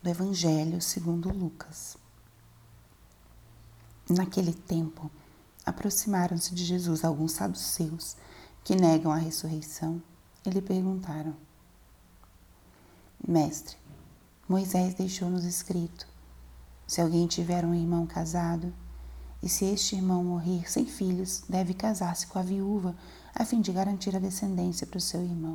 do Evangelho segundo Lucas. Naquele tempo, aproximaram-se de Jesus alguns saduceus que negam a ressurreição e lhe perguntaram: Mestre, Moisés deixou-nos escrito: se alguém tiver um irmão casado, e se este irmão morrer sem filhos, deve casar-se com a viúva, a fim de garantir a descendência para o seu irmão.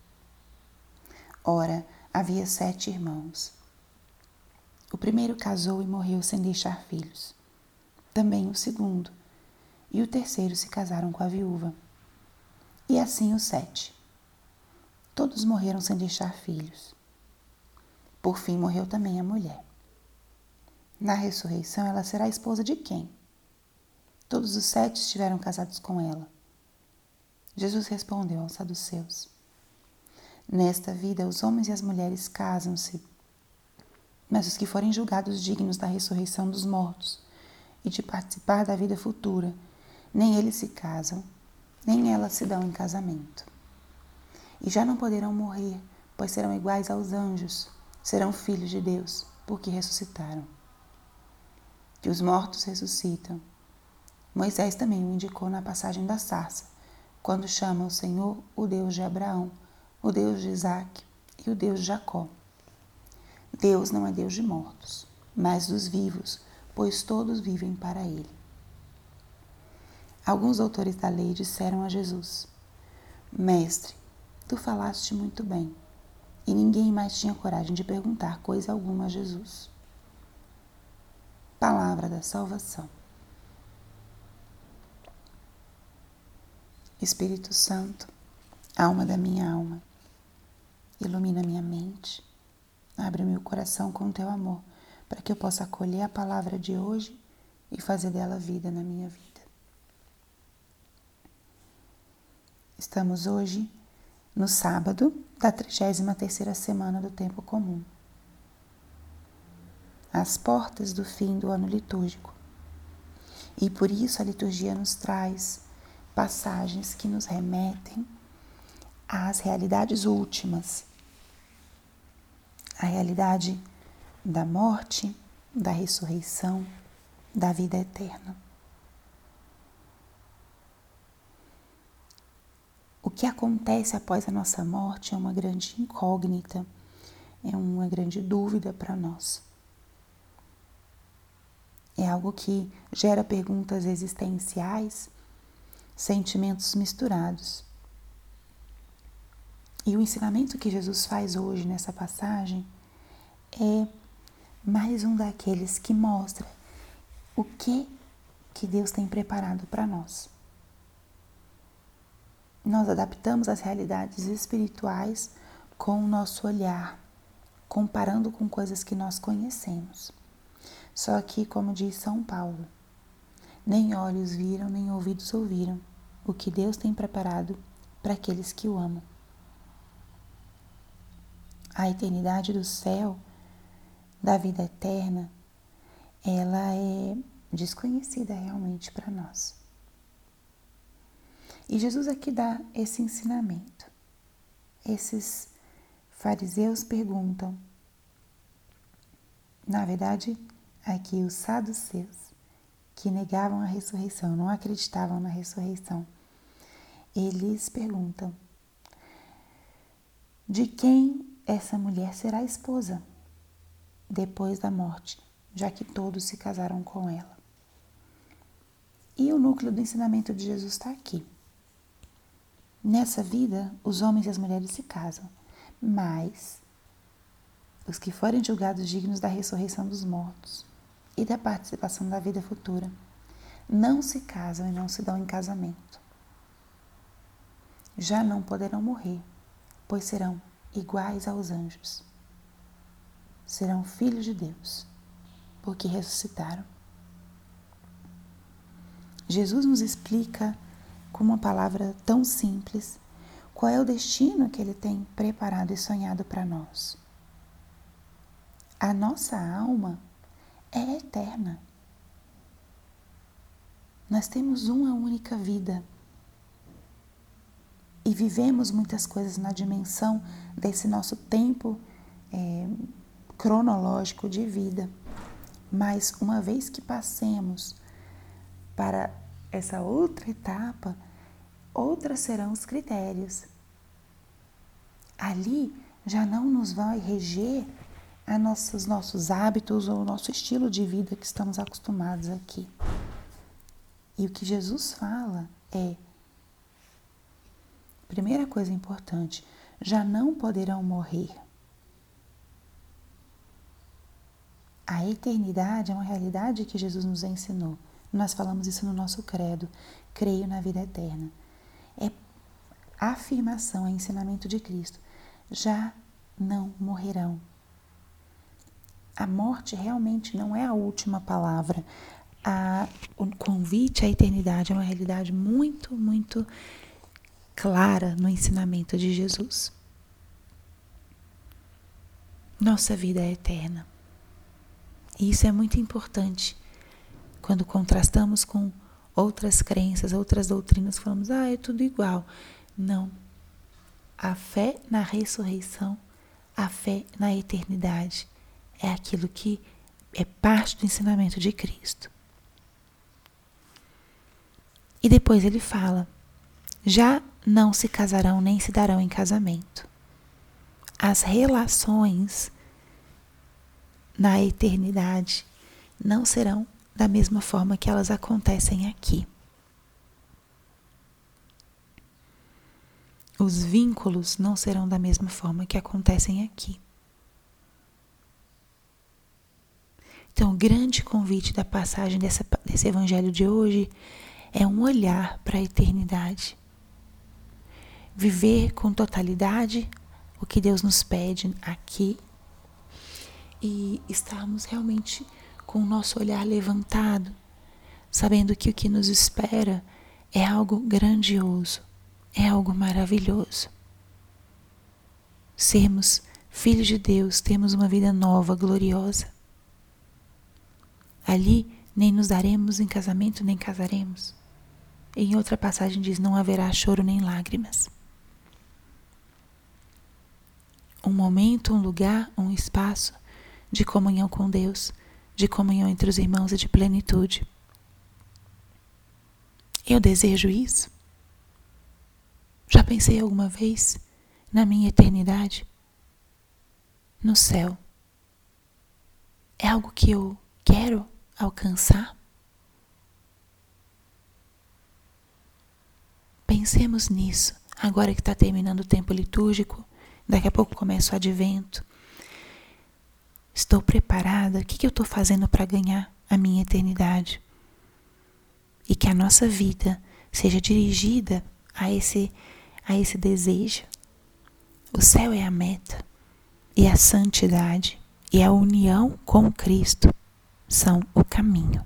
Ora, havia 7 irmãos. O primeiro casou e morreu sem deixar filhos. Também o segundo e o terceiro se casaram com a viúva. E assim os 7. Todos morreram sem deixar filhos. Por fim morreu também a mulher. Na ressurreição ela será esposa de quem? Todos os 7 estiveram casados com ela. Jesus respondeu aos saduceus: nesta vida os homens e as mulheres casam-se, mas os que forem julgados dignos da ressurreição dos mortos e de participar da vida futura, nem eles se casam, nem elas se dão em casamento. E já não poderão morrer, pois serão iguais aos anjos, serão filhos de Deus, porque ressuscitaram. Que os mortos ressuscitam. Moisés também o indicou na passagem da sarça, quando chama o Senhor o Deus de Abraão, o Deus de Isaque e o Deus de Jacó. Deus não é Deus de mortos, mas dos vivos, pois todos vivem para Ele. Alguns doutores da lei disseram a Jesus: Mestre, tu falaste muito bem. E ninguém mais tinha coragem de perguntar coisa alguma a Jesus. Palavra da salvação. Espírito Santo, alma da minha alma, ilumina minha mente, abre meu coração com teu amor, para que eu possa acolher a palavra de hoje e fazer dela vida na minha vida. Estamos hoje no sábado da 33ª semana do tempo comum, às portas do fim do ano litúrgico. E por isso a liturgia nos traz passagens que nos remetem às realidades últimas, a realidade da morte, da ressurreição, da vida eterna. O que acontece após a nossa morte é uma grande incógnita, é uma grande dúvida para nós. É algo que gera perguntas existenciais, sentimentos misturados. E o ensinamento que Jesus faz hoje nessa passagem é mais um daqueles que mostra o que Deus tem preparado para nós. Nós adaptamos as realidades espirituais com o nosso olhar, comparando com coisas que nós conhecemos. Só que, como diz São Paulo, nem olhos viram, nem ouvidos ouviram o que Deus tem preparado para aqueles que o amam. A eternidade do céu, da vida eterna, ela é desconhecida realmente para nós. E Jesus aqui dá esse ensinamento. Esses fariseus perguntam, na verdade, aqui os saduceus, que negavam a ressurreição, não acreditavam na ressurreição, eles perguntam: de quem essa mulher será esposa depois da morte, já que todos se casaram com ela? E o núcleo do ensinamento de Jesus está aqui. Nessa vida, os homens e as mulheres se casam, mas os que forem julgados dignos da ressurreição dos mortos e da participação da vida futura não se casam e não se dão em casamento. Já não poderão morrer, pois serão iguais aos anjos. Serão filhos de Deus, porque ressuscitaram. Jesus nos explica com uma palavra tão simples qual é o destino que Ele tem preparado e sonhado para nós. A nossa alma é eterna. Nós temos uma única vida e vivemos muitas coisas na dimensão desse nosso tempo cronológico de vida. Mas uma vez que passemos para essa outra etapa, outros serão os critérios. Ali já não nos vai reger os nossos hábitos ou o nosso estilo de vida que estamos acostumados aqui. E o que Jesus fala é, primeira coisa importante, já não poderão morrer. A eternidade é uma realidade que Jesus nos ensinou. Nós falamos isso no nosso credo, creio na vida eterna. É a afirmação, é ensinamento de Cristo. Já não morrerão. A morte realmente não é a última palavra. O convite à eternidade é uma realidade muito, muito clara no ensinamento de Jesus. Nossa vida é eterna. E isso é muito importante. Quando contrastamos com outras crenças, outras doutrinas, falamos, é tudo igual. Não. A fé na ressurreição, a fé na eternidade, é aquilo que é parte do ensinamento de Cristo. E depois ele fala, já não se casarão nem se darão em casamento. As relações na eternidade não serão da mesma forma que elas acontecem aqui. Os vínculos não serão da mesma forma que acontecem aqui. Então, o grande convite da passagem desse evangelho de hoje é um olhar para a eternidade. Viver com totalidade o que Deus nos pede aqui e estarmos realmente com o nosso olhar levantado, sabendo que o que nos espera é algo grandioso, é algo maravilhoso. Sermos filhos de Deus, temos uma vida nova, gloriosa. Ali nem nos daremos em casamento, nem casaremos. Em outra passagem diz, não haverá choro nem lágrimas. Um momento, um lugar, um espaço de comunhão com Deus, de comunhão entre os irmãos e de plenitude. Eu desejo isso. Já pensei alguma vez na minha eternidade? No céu. É algo que eu quero alcançar? Pensemos nisso, agora que está terminando o tempo litúrgico, daqui a pouco começa o advento. Estou preparada? O que eu estou fazendo para ganhar a minha eternidade? E que a nossa vida seja dirigida a esse desejo. O céu é a meta, e a santidade e a união com Cristo são o caminho.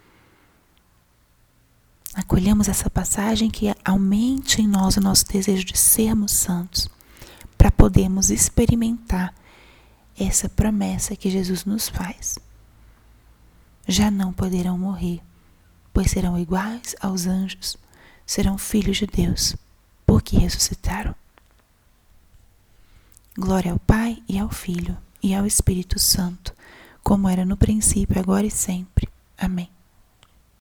Acolhamos essa passagem que aumente em nós o nosso desejo de sermos santos, para podermos experimentar essa promessa que Jesus nos faz. Já não poderão morrer, pois serão iguais aos anjos, serão filhos de Deus, porque ressuscitaram. Glória ao Pai e ao Filho e ao Espírito Santo, como era no princípio, agora e sempre. Amém.